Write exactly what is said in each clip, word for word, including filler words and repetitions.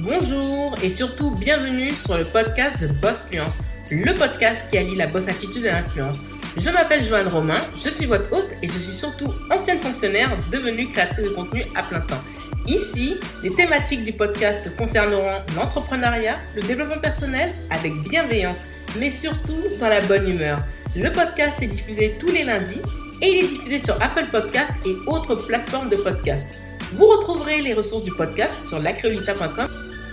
Bonjour et surtout bienvenue sur le podcast The Bossfluence, le podcast qui allie la boss attitude et l'influence. Je m'appelle Joanne Romain, je suis votre hôte et je suis surtout ancienne fonctionnaire devenue créatrice de contenu à plein temps. Ici, les thématiques du podcast concerneront l'entrepreneuriat, le développement personnel avec bienveillance, mais surtout dans la bonne humeur. Le podcast est diffusé tous les lundis et il est diffusé sur Apple Podcasts et autres plateformes de podcast. Vous retrouverez les ressources du podcast sur lacreolita point com.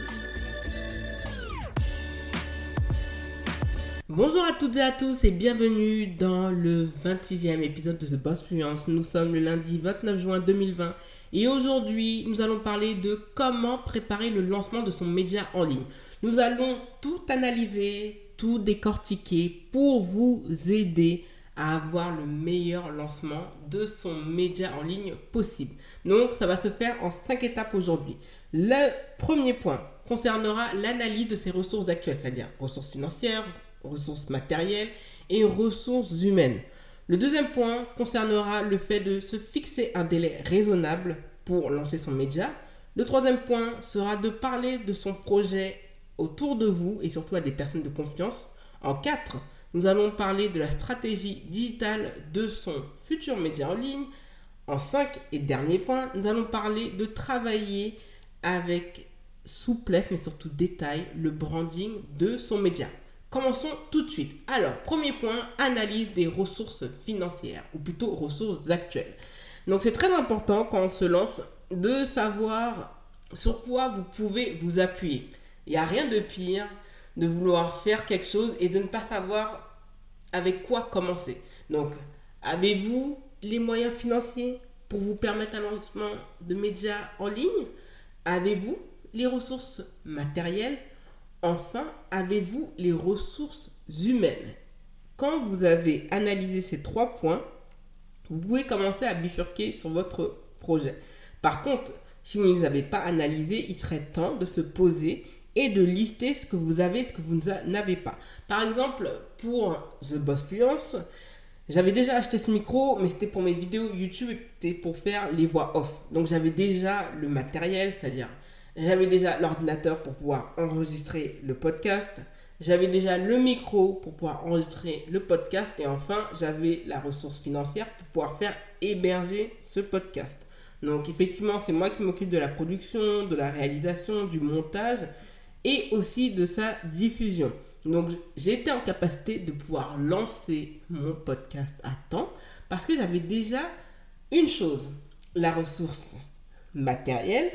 Bonjour à toutes et à tous et bienvenue dans le vingt-sixième épisode de The Bossfluence. Nous sommes le lundi vingt-neuf juin deux mille vingt et aujourd'hui nous allons parler de comment préparer le lancement de son média en ligne. Nous allons tout analyser, tout décortiquer pour vous aider à avoir le meilleur lancement de son média en ligne possible. Donc ça va se faire en cinq étapes aujourd'hui. Le premier point concernera l'analyse de ses ressources actuelles, c'est-à-dire ressources financières, ressources matérielles et ressources humaines. Le deuxième point concernera le fait de se fixer un délai raisonnable pour lancer son média. Le troisième point sera de parler de son projet autour de vous et surtout à des personnes de confiance. En quatre, nous allons parler de la stratégie digitale de son futur média en ligne. En cinq et dernier point, nous allons parler de travailler avec souplesse mais surtout détail le branding de son média. Commençons tout de suite. Alors, premier point, analyse des ressources financières, ou plutôt ressources actuelles. Donc, c'est très important quand on se lance de savoir sur quoi vous pouvez vous appuyer. Il n'y a rien de pire de vouloir faire quelque chose et de ne pas savoir avec quoi commencer. Donc, avez-vous les moyens financiers pour vous permettre un lancement de médias en ligne? Avez-vous les ressources matérielles? Enfin, avez-vous les ressources humaines? Quand vous avez analysé ces trois points, vous pouvez commencer à bifurquer sur votre projet. Par contre, si vous ne les avez pas analysés, il serait temps de se poser et de lister ce que vous avez et ce que vous n'avez pas. Par exemple, pour The Bossfluence, j'avais déjà acheté ce micro, mais c'était pour mes vidéos YouTube et c'était pour faire les voix off. Donc j'avais déjà le matériel, c'est-à-dire j'avais déjà l'ordinateur pour pouvoir enregistrer le podcast. J'avais déjà le micro pour pouvoir enregistrer le podcast. Et enfin, j'avais la ressource financière pour pouvoir faire héberger ce podcast. Donc effectivement, c'est moi qui m'occupe de la production, de la réalisation, du montage et aussi de sa diffusion. Donc j'ai été en capacité de pouvoir lancer mon podcast à temps parce que j'avais déjà une chose, la ressource matérielle,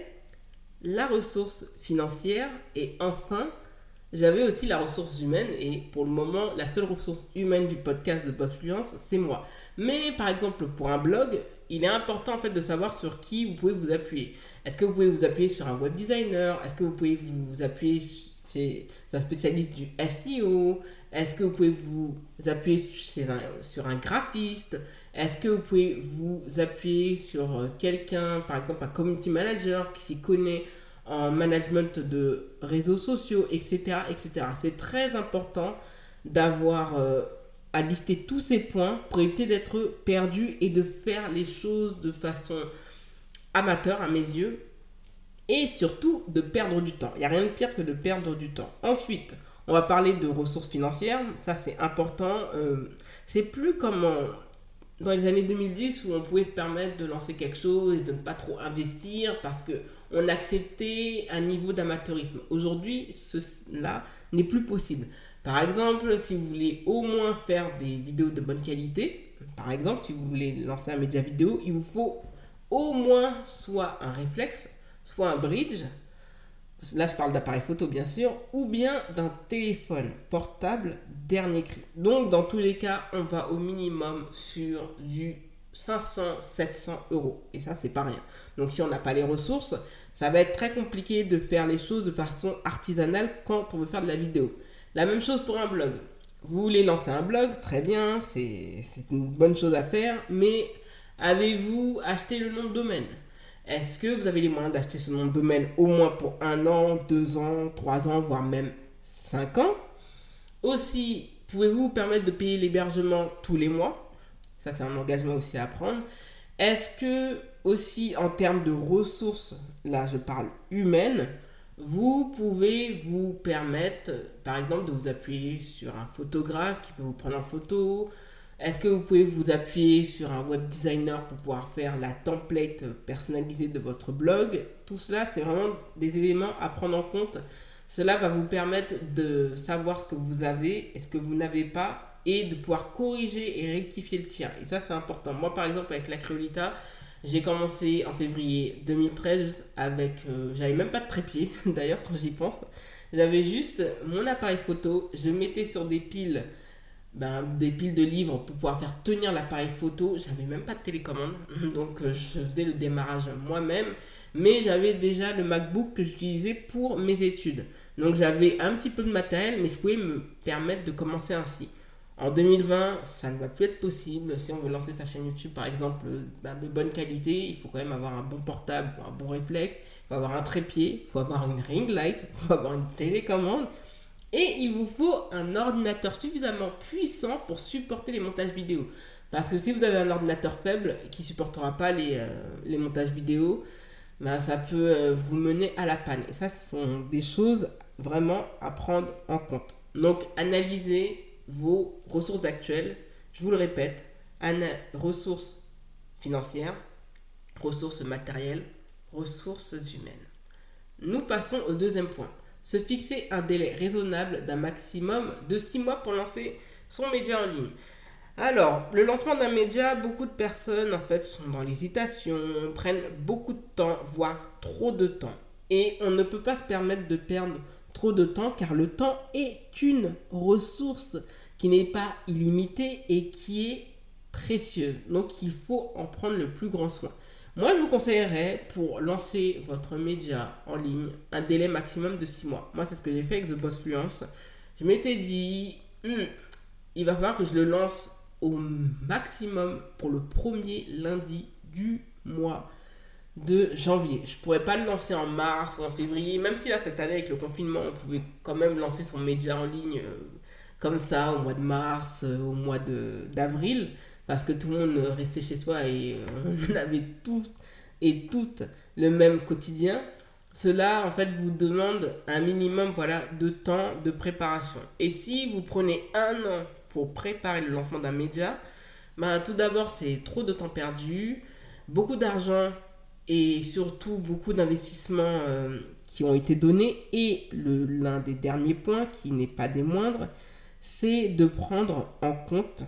la ressource financière et enfin, j'avais aussi la ressource humaine et pour le moment, la seule ressource humaine du podcast de Bossfluence, c'est moi. Mais par exemple, pour un blog, il est important en fait de savoir sur qui vous pouvez vous appuyer. Est-ce que vous pouvez vous appuyer sur un web designer? Est-ce que vous pouvez vous appuyer sur un spécialiste du S E O? Est-ce que vous pouvez vous appuyer sur un, sur un graphiste? Est-ce que vous pouvez vous appuyer sur quelqu'un, par exemple un community manager qui s'y connaît en management de réseaux sociaux, et cetera, et cetera. C'est très important d'avoir euh, à lister tous ces points pour éviter d'être perdu et de faire les choses de façon amateur à mes yeux et surtout de perdre du temps. Il n'y a rien de pire que de perdre du temps. Ensuite, on va parler de ressources financières. Ça, c'est important. Euh, c'est plus comme en, dans les années deux mille dix où on pouvait se permettre de lancer quelque chose et de ne pas trop investir parce qu'on acceptait un niveau d'amateurisme. Aujourd'hui, cela n'est plus possible. Par exemple, si vous voulez au moins faire des vidéos de bonne qualité, par exemple, si vous voulez lancer un média vidéo, il vous faut au moins soit un réflexe, soit un bridge, là je parle d'appareil photo bien sûr, ou bien d'un téléphone portable dernier cri. Donc dans tous les cas, on va au minimum sur du cinq cents à sept cents euros. Et ça, c'est pas rien. Donc si on n'a pas les ressources, ça va être très compliqué de faire les choses de façon artisanale quand on veut faire de la vidéo. La même chose pour un blog. Vous voulez lancer un blog, très bien, c'est, c'est une bonne chose à faire, mais avez-vous acheté le nom de domaine? Est-ce que vous avez les moyens d'acheter ce nom de domaine au moins pour un an, deux ans, trois ans, voire même cinq ans? Aussi, pouvez-vous vous permettre de payer l'hébergement tous les mois? Ça, c'est un engagement aussi à prendre. Est-ce que, aussi, en termes de ressources, là, je parle humaines, Vous pouvez vous permettre, par exemple, de vous appuyer sur un photographe qui peut vous prendre en photo. Est-ce que vous pouvez vous appuyer sur un web designer pour pouvoir faire la template personnalisée de votre blog? Tout cela, c'est vraiment des éléments à prendre en compte. Cela va vous permettre de savoir ce que vous avez et ce que vous n'avez pas et de pouvoir corriger et rectifier le tir. Et ça, c'est important. Moi, par exemple, avec l'Acryolita, j'ai commencé en février deux mille treize avec... Euh, j'avais même pas de trépied, d'ailleurs, quand j'y pense. J'avais juste mon appareil photo. Je mettais sur des piles, ben, des piles de livres pour pouvoir faire tenir l'appareil photo. J'avais même pas de télécommande. Donc, euh, je faisais le démarrage moi-même. Mais j'avais déjà le MacBook que j'utilisais pour mes études. Donc, j'avais un petit peu de matériel, mais je pouvais me permettre de commencer ainsi. En deux mille vingt, ça ne va plus être possible. Si on veut lancer sa chaîne YouTube, par exemple, ben, de bonne qualité, il faut quand même avoir un bon portable, un bon réflexe, il faut avoir un trépied, il faut avoir une ring light, il faut avoir une télécommande. Et il vous faut un ordinateur suffisamment puissant pour supporter les montages vidéo. Parce que si vous avez un ordinateur faible qui ne supportera pas les, euh, les montages vidéo, ben, ça peut euh, vous mener à la panne. Et ça, ce sont des choses vraiment à prendre en compte. Donc, analysez vos ressources actuelles, je vous le répète, ana- ressources financières, ressources matérielles, ressources humaines. Nous passons au deuxième point. Se fixer un délai raisonnable d'un maximum de six mois pour lancer son média en ligne. Alors, le lancement d'un média, beaucoup de personnes en fait sont dans l'hésitation, prennent beaucoup de temps, voire trop de temps. Et on ne peut pas se permettre de perdre trop de temps car le temps est une ressource qui n'est pas illimitée et qui est précieuse. Donc il faut en prendre le plus grand soin. Moi je vous conseillerais pour lancer votre média en ligne un délai maximum de six mois. Moi c'est ce que j'ai fait avec The Boss Fluence. Je m'étais dit hm, il va falloir que je le lance au maximum pour le premier lundi du mois de janvier. Je pourrais pas le lancer en mars ou en février, même si là cette année avec le confinement on pouvait quand même lancer son média en ligne euh, comme ça au mois de mars, euh, au mois de, d'avril, parce que tout le monde restait chez soi et euh, on avait tous et toutes le même quotidien. Cela en fait vous demande un minimum voilà, de temps de préparation. Et si vous prenez un an pour préparer le lancement d'un média, ben, tout d'abord c'est trop de temps perdu, beaucoup d'argent et surtout beaucoup d'investissements euh, qui ont été donnés. Et le, l'un des derniers points, qui n'est pas des moindres, c'est de prendre en compte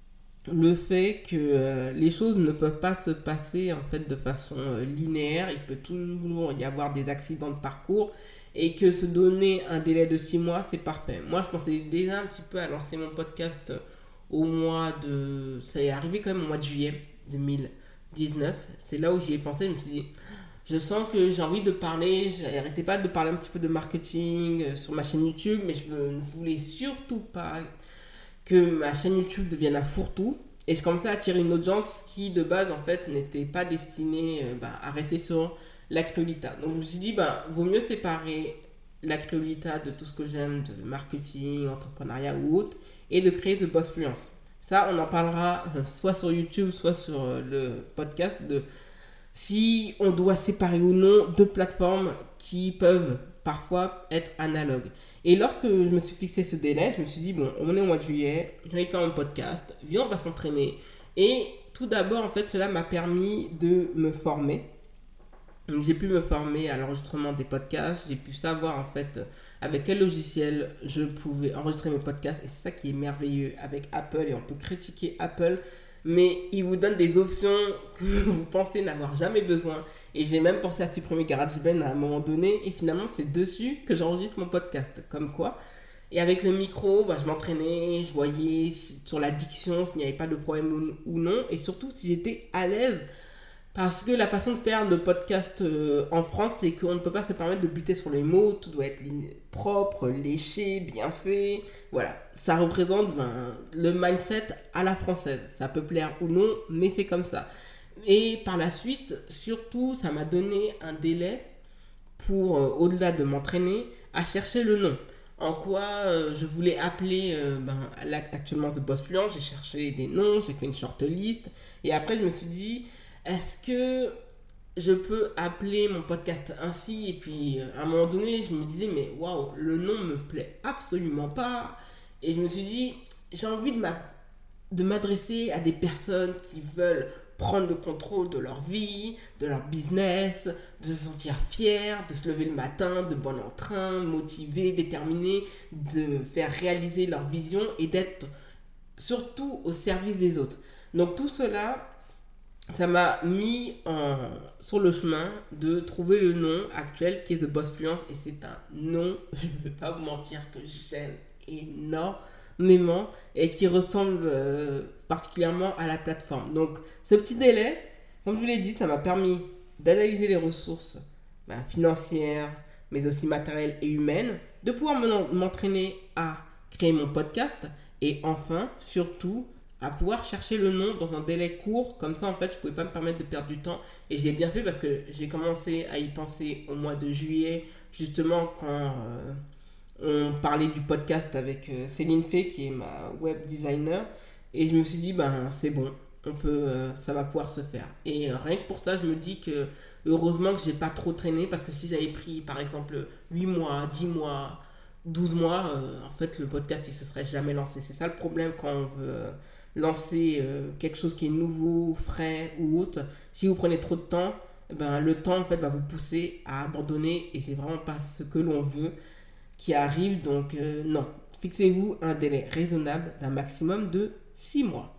le fait que euh, les choses ne peuvent pas se passer en fait de façon euh, linéaire. Il peut toujours y avoir des accidents de parcours et que se donner un délai de six mois, c'est parfait. Moi, je pensais déjà un petit peu à lancer mon podcast au mois de... Ça est arrivé quand même au mois de juillet deux mille dix-neuf. C'est là où j'y ai pensé. Je me suis dit, je sens que j'ai envie de parler. J'arrêtais pas de parler un petit peu de marketing euh, sur ma chaîne YouTube, mais je ne voulais surtout pas que ma chaîne YouTube devienne un fourre-tout. Et je commençais à attirer une audience qui, de base, en fait, n'était pas destinée euh, bah, à rester sur l'Acryolita. Donc, je me suis dit, bah, vaut mieux séparer l'Acryolita de tout ce que j'aime, de marketing, entrepreneuriat ou autre, et de créer The Boss Fluence. Ça, on en parlera euh, soit sur YouTube, soit sur euh, le podcast, de si on doit séparer ou non deux plateformes qui peuvent parfois être analogues. Et lorsque je me suis fixé ce délai, je me suis dit, bon, on est au mois de juillet, j'ai envie de faire un podcast, viens, on va s'entraîner. Et tout d'abord, en fait, cela m'a permis de me former. Donc, j'ai pu me former à l'enregistrement des podcasts, j'ai pu savoir, en fait, avec quel logiciel je pouvais enregistrer mes podcasts. Et c'est ça qui est merveilleux avec Apple, et on peut critiquer Apple, mais il vous donne des options que vous pensez n'avoir jamais besoin. Et j'ai même pensé à supprimer GarageBand à un moment donné. Et finalement, c'est dessus que j'enregistre mon podcast. Comme quoi. Et avec le micro, bah, je m'entraînais, je voyais sur la diction s'il n'y avait pas de problème ou non. Et surtout, si j'étais à l'aise. Parce que la façon de faire le podcast euh, en France, c'est qu'on ne peut pas se permettre de buter sur les mots. Tout doit être propre, léché, bien fait. Voilà, ça représente ben, le mindset à la française. Ça peut plaire ou non, mais c'est comme ça. Et par la suite, surtout, ça m'a donné un délai pour, euh, au-delà de m'entraîner, à chercher le nom. En quoi euh, je voulais appeler euh, ben, là, actuellement The Boss Fluence. J'ai cherché des noms, j'ai fait une shortlist. Et après, je me suis dit... Est-ce que je peux appeler mon podcast ainsi. Et puis, à un moment donné, je me disais, mais waouh, le nom me plaît absolument pas. Et je me suis dit, j'ai envie de, m'a- de m'adresser à des personnes qui veulent prendre le contrôle de leur vie, de leur business, de se sentir fiers, de se lever le matin, de bon entrain, motivés, déterminés, de faire réaliser leur vision et d'être surtout au service des autres. Donc tout cela, ça m'a mis en, sur le chemin de trouver le nom actuel qui est The Boss Fluence, et c'est un nom, je ne vais pas vous mentir, que j'aime énormément et qui ressemble euh, particulièrement à la plateforme. Donc ce petit délai, comme je vous l'ai dit, ça m'a permis d'analyser les ressources ben, financières, mais aussi matérielles et humaines, de pouvoir me- m'entraîner à créer mon podcast et enfin, surtout, à pouvoir chercher le nom dans un délai court. Comme ça, en fait, je ne pouvais pas me permettre de perdre du temps. Et j'ai bien fait parce que j'ai commencé à y penser au mois de juillet, justement quand euh, on parlait du podcast avec euh, Céline Fay, qui est ma web designer. Et je me suis dit, ben c'est bon, on peut, euh, ça va pouvoir se faire. Et euh, rien que pour ça, je me dis que heureusement que j'ai pas trop traîné, parce que si j'avais pris par exemple huit mois, dix mois, douze mois, euh, en fait, le podcast il se serait jamais lancé. C'est ça le problème quand on veut euh, lancer euh, quelque chose qui est nouveau, frais ou autre. Si vous prenez trop de temps, eh ben, le temps en fait va vous pousser à abandonner, et c'est vraiment pas ce que l'on veut qui arrive. Donc euh, non, fixez-vous un délai raisonnable d'un maximum de six mois.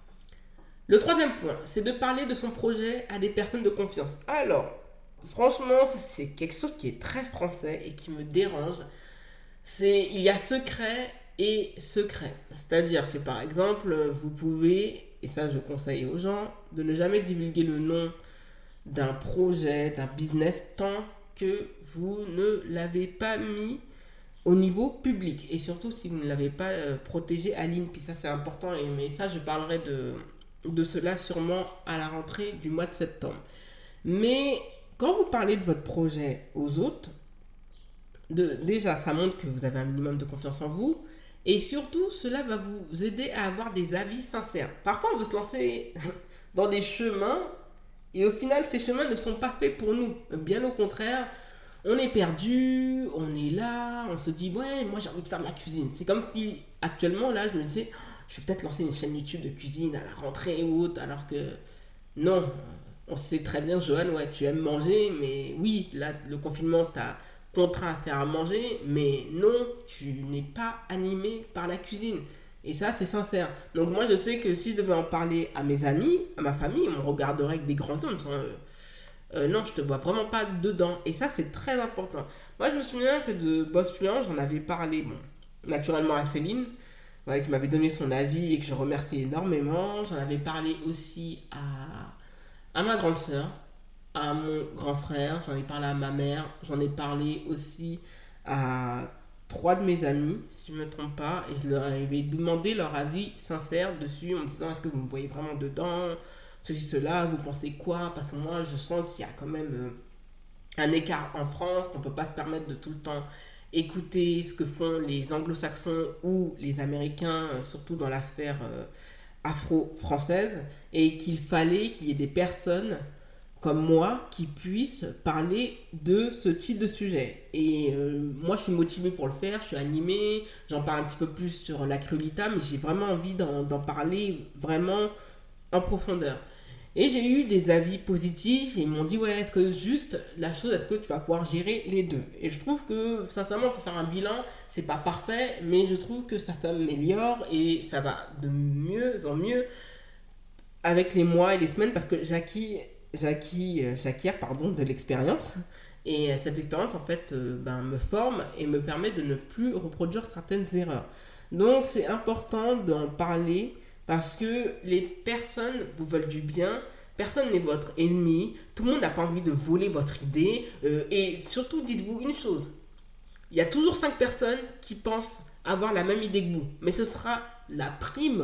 Le troisième point, c'est de parler de son projet à des personnes de confiance. Alors, franchement, ça, c'est quelque chose qui est très français et qui me dérange. C'est, il y a secret et secret. C'est-à-dire que par exemple, vous pouvez, et ça je conseille aux gens, de ne jamais divulguer le nom d'un projet, d'un business, tant que vous ne l'avez pas mis au niveau public, et surtout si vous ne l'avez pas euh, protégé à l'I N P I. Ça c'est important, et, mais ça je parlerai de, de cela sûrement à la rentrée du mois de septembre. Mais quand vous parlez de votre projet aux autres, de, déjà ça montre que vous avez un minimum de confiance en vous, et surtout cela va vous aider à avoir des avis sincères. Parfois on veut se lancer dans des chemins et au final ces chemins ne sont pas faits pour nous, bien au contraire. On est perdu, on est là, on se dit ouais, moi j'ai envie de faire de la cuisine. C'est comme si actuellement là je me disais, oh, je vais peut-être lancer une chaîne YouTube de cuisine à la rentrée ou autre, alors que non, on sait très bien, Johan, ouais, tu aimes manger, mais oui, là le confinement t'a contraint à faire à manger, mais non, tu n'es pas animé par la cuisine. Et ça, c'est sincère. Donc moi, je sais que si je devais en parler à mes amis, à ma famille, on me regarderait avec des grands yeux en me disant, euh, euh, non, je te vois vraiment pas dedans. Et ça, c'est très important. Moi, je me souviens que de Boss Fluent, j'en avais parlé, bon, naturellement à Céline, voilà, qui m'avait donné son avis et que je remercie énormément. J'en avais parlé aussi à, à ma grande sœur, à mon grand frère, j'en ai parlé à ma mère, j'en ai parlé aussi à trois de mes amis, si je ne me trompe pas, et je leur avais demandé leur avis sincère dessus, en me disant est-ce que vous me voyez vraiment dedans, ceci, cela, vous pensez quoi? Parce que moi, je sens qu'il y a quand même euh, un écart en France, qu'on ne peut pas se permettre de tout le temps écouter ce que font les anglo-saxons ou les américains, euh, surtout dans la sphère euh, afro-française, et qu'il fallait qu'il y ait des personnes comme moi qui puissent parler de ce type de sujet. Et euh, moi, je suis motivée pour le faire, je suis animée, j'en parle un petit peu plus sur l'acryolita, mais j'ai vraiment envie d'en, d'en parler vraiment en profondeur. Et j'ai eu des avis positifs et ils m'ont dit ouais, est-ce que juste la chose, est-ce que tu vas pouvoir gérer les deux? Et je trouve que sincèrement pour faire un bilan, c'est pas parfait, mais je trouve que ça s'améliore et ça va de mieux en mieux avec les mois et les semaines, parce que j'acquis, j'acquis, euh, j'acquiers pardon, de l'expérience. Et euh, cette expérience, en fait, euh, ben, me forme et me permet de ne plus reproduire certaines erreurs. Donc, c'est important d'en parler parce que les personnes vous veulent du bien. Personne n'est votre ennemi. Tout le monde n'a pas envie de voler votre idée. Euh, et surtout, dites-vous une chose. Il y a toujours cinq personnes qui pensent avoir la même idée que vous. Mais ce sera la prime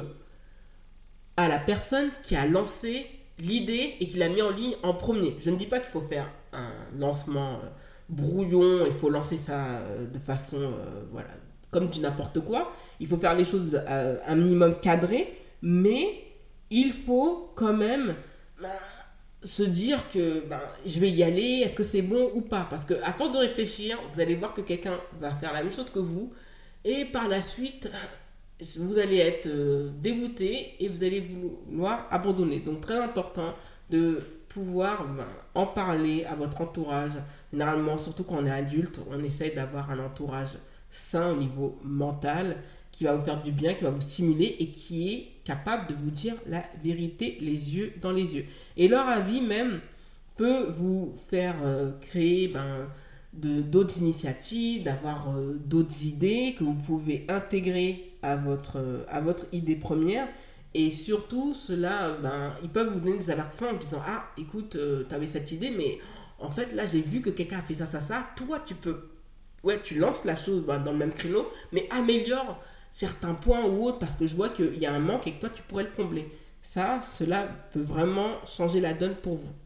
à la personne qui a lancé l'idée et qui l'a mis en ligne en premier. Je ne dis pas qu'il faut faire un lancement euh, brouillon, il faut lancer ça euh, de façon, euh, voilà, comme du n'importe quoi. Il faut faire les choses euh, un minimum cadré, mais il faut quand même bah, se dire que ben, je vais y aller, est-ce que c'est bon ou pas? Parce qu'à force de réfléchir, vous allez voir que quelqu'un va faire la même chose que vous et par la suite, vous allez être euh, dégoûté et vous allez vouloir abandonner. Donc très important de pouvoir ben, en parler à votre entourage. Généralement, surtout quand on est adulte, on essaye d'avoir un entourage sain au niveau mental qui va vous faire du bien, qui va vous stimuler et qui est capable de vous dire la vérité les yeux dans les yeux. Et leur avis même peut vous faire euh, créer ben, de, d'autres initiatives, d'avoir euh, d'autres idées que vous pouvez intégrer à votre, euh, à votre idée première. Et surtout, cela, ben, ils peuvent vous donner des avertissements en disant « Ah, écoute, euh, tu avais cette idée, mais en fait, là, j'ai vu que quelqu'un a fait ça, ça, ça. Toi, tu peux... Ouais, tu lances la chose ben, dans le même créneau, mais améliore certains points ou autres parce que je vois qu'il y a un manque et que toi, tu pourrais le combler. » Ça, cela peut vraiment changer la donne pour vous.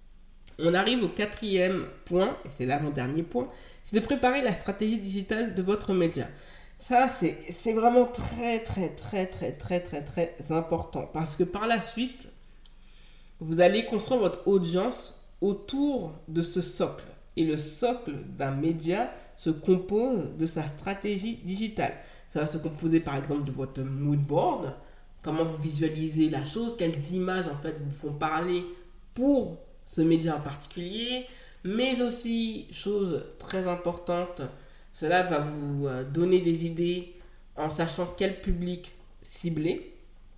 On arrive au quatrième point, et c'est l'avant-dernier point, c'est de préparer la stratégie digitale de votre média. Ça, c'est, c'est vraiment très, très, très, très, très, très, très important. Parce que par la suite, vous allez construire votre audience autour de ce socle. Et le socle d'un média se compose de sa stratégie digitale. Ça va se composer par exemple de votre mood board, comment vous visualisez la chose, quelles images en fait vous font parler pour ce média en particulier, mais aussi, chose très importante, cela va vous donner des idées en sachant quel public cibler.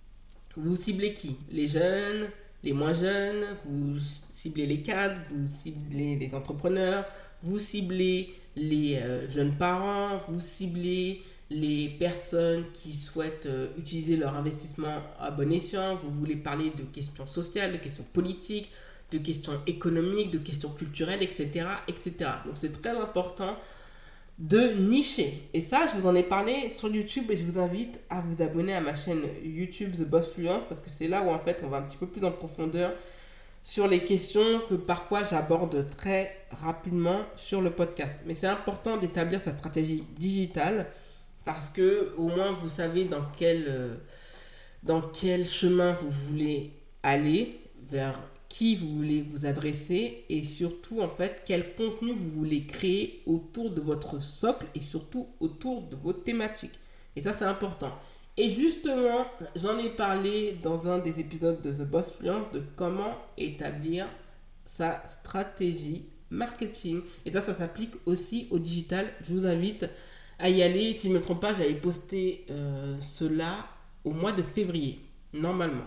Vous ciblez qui? Les jeunes, les moins jeunes, vous ciblez les cadres, vous ciblez les entrepreneurs, vous ciblez les euh, jeunes parents, vous ciblez les personnes qui souhaitent euh, utiliser leur investissement à bon escient, vous voulez parler de questions sociales, de questions politiques, de questions économiques, de questions culturelles, et cetera, et cetera. Donc c'est très important de nicher. Et ça, je vous en ai parlé sur YouTube et je vous invite à vous abonner à ma chaîne YouTube The Boss Fluence parce que c'est là où en fait on va un petit peu plus en profondeur sur les questions que parfois j'aborde très rapidement sur le podcast. Mais c'est important d'établir sa stratégie digitale parce que au moins vous savez dans quel, euh, dans quel chemin vous voulez aller, vers qui vous voulez vous adresser et surtout en fait quel contenu vous voulez créer autour de votre socle et surtout autour de vos thématiques. Et ça c'est important. Et justement, j'en ai parlé dans un des épisodes de The Boss Fluence de comment établir sa stratégie marketing. Et ça, ça s'applique aussi au digital. Je vous invite à y aller. Si je ne me trompe pas, j'avais posté euh, cela au mois de février, normalement.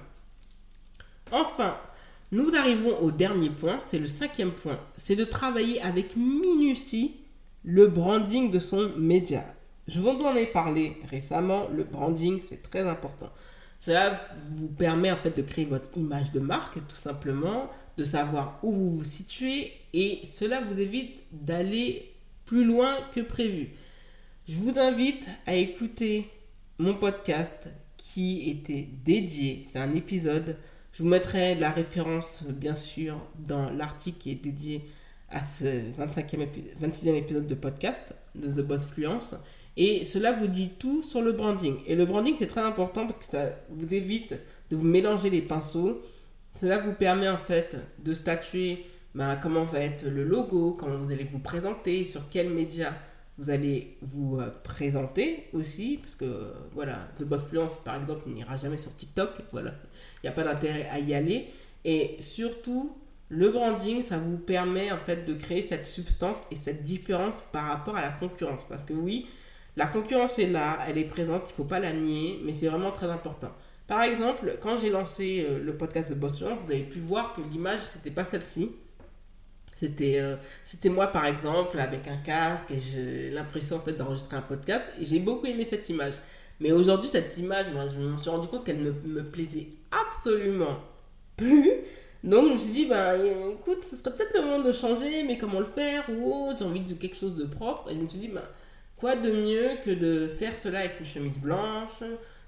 Enfin, nous arrivons au dernier point, c'est le cinquième point. C'est de travailler avec minutie le branding de son média. Je vous en ai parlé récemment, le branding c'est très important. Cela vous permet en fait de créer votre image de marque tout simplement, de savoir où vous vous situez et cela vous évite d'aller plus loin que prévu. Je vous invite à écouter mon podcast qui était dédié, c'est un épisode, je vous mettrai la référence bien sûr dans l'article qui est dédié à ce vingt-cinquième épi- vingt-sixième épisode de podcast de The Boss Fluence. Et cela vous dit tout sur le branding. Et le branding, c'est très important parce que ça vous évite de vous mélanger les pinceaux. Cela vous permet en fait de statuer ben, comment va être le logo, comment vous allez vous présenter, sur quel média vous allez vous euh, présenter aussi. Parce que euh, voilà, The Boss Fluence par exemple n'ira jamais sur TikTok. Voilà, il n'y a pas d'intérêt à y aller. Et surtout, le branding, ça vous permet en fait de créer cette substance et cette différence par rapport à la concurrence. Parce que oui, la concurrence est là, elle est présente, il ne faut pas la nier, mais c'est vraiment très important. Par exemple, quand j'ai lancé euh, le podcast de Boss Fluence, vous avez pu voir que l'image, c'était pas celle-ci. C'était, euh, c'était moi, par exemple, avec un casque et j'ai l'impression en fait d'enregistrer un podcast. Et j'ai beaucoup aimé cette image. Mais aujourd'hui, cette image, moi, je me suis rendu compte qu'elle ne me plaisait absolument plus. Donc, je me suis dit, ben, écoute, ce serait peut-être le moment de changer, mais comment le faire? Ou oh, j'ai envie de quelque chose de propre. Et je me suis dit, ben, quoi de mieux que de faire cela avec une chemise blanche,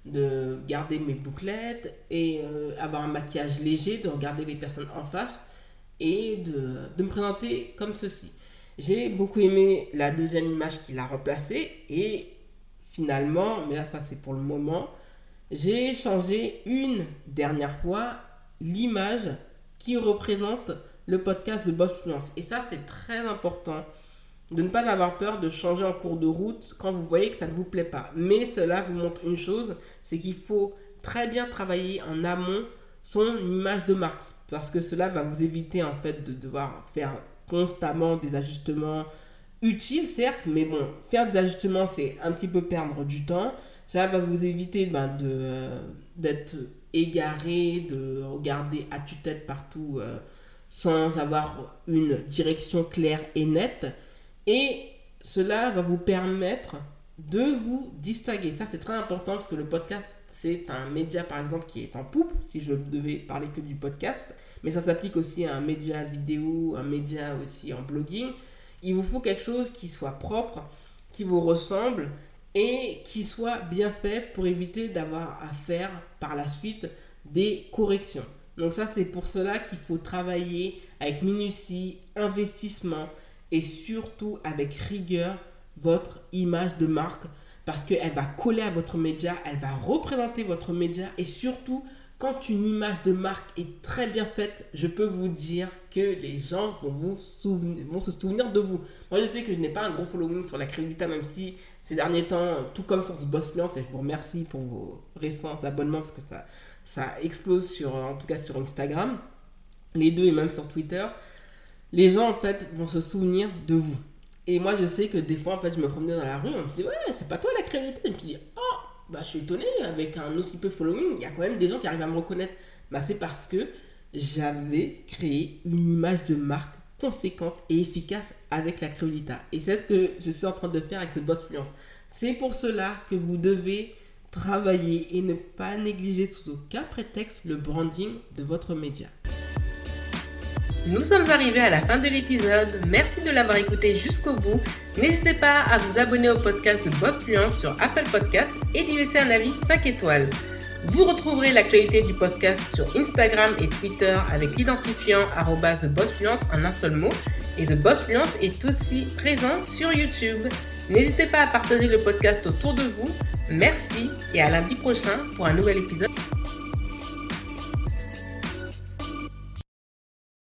de garder mes bouclettes et euh, avoir un maquillage léger, de regarder les personnes en face et de, de me présenter comme ceci. J'ai beaucoup aimé la deuxième image qui l'a remplacée et finalement, mais là ça c'est pour le moment, j'ai changé une dernière fois l'image qui représente le podcast The Boss Fluence. Et ça, c'est très important de ne pas avoir peur de changer en cours de route quand vous voyez que ça ne vous plaît pas. Mais cela vous montre une chose, c'est qu'il faut très bien travailler en amont son image de marque. Parce que cela va vous éviter en fait de devoir faire constamment des ajustements utiles, certes, mais bon, faire des ajustements, c'est un petit peu perdre du temps. Ça va vous éviter ben, de, euh, d'être égaré, de regarder à tue-tête partout euh, sans avoir une direction claire et nette. Et cela va vous permettre de vous distinguer. Ça, c'est très important parce que le podcast, c'est un média, par exemple, qui est en poupe, si je devais parler que du podcast. Mais ça s'applique aussi à un média vidéo, un média aussi en blogging. Il vous faut quelque chose qui soit propre, qui vous ressemble et qui soit bien fait pour éviter d'avoir à faire par la suite des corrections. Donc ça, c'est pour cela qu'il faut travailler avec minutie, investissement et surtout avec rigueur votre image de marque parce qu'elle va coller à votre média, elle va représenter votre média et surtout quand une image de marque est très bien faite, je peux vous dire que les gens vont, vous souvenir, vont se souvenir de vous. Moi, je sais que je n'ai pas un gros following sur la Créolita, même si ces derniers temps, tout comme sur ce Boss Fluence, et je vous remercie pour vos récents abonnements parce que ça, ça explose sur, en tout cas sur Instagram, les deux et même sur Twitter. Les gens, en fait, vont se souvenir de vous. Et moi, je sais que des fois, en fait, je me promenais dans la rue, on me disait, ouais, c'est pas toi la Créolita. Et je me dis, oh, bah, je suis étonné, avec un aussi peu following, il y a quand même des gens qui arrivent à me reconnaître. Bah, c'est parce que j'avais créé une image de marque conséquente et efficace avec la Créolita. Et c'est ce que je suis en train de faire avec The Boss Fluence. C'est pour cela que vous devez travailler et ne pas négliger sous aucun prétexte le branding de votre média. Nous sommes arrivés à la fin de l'épisode. Merci de l'avoir écouté jusqu'au bout. N'hésitez pas à vous abonner au podcast Boss Fluence sur Apple Podcast et d'y laisser un avis cinq étoiles. Vous retrouverez l'actualité du podcast sur Instagram et Twitter avec l'identifiant arobase The Boss Fluence en un seul mot. Et The Boss Fluence est aussi présent sur YouTube. N'hésitez pas à partager le podcast autour de vous. Merci et à lundi prochain pour un nouvel épisode.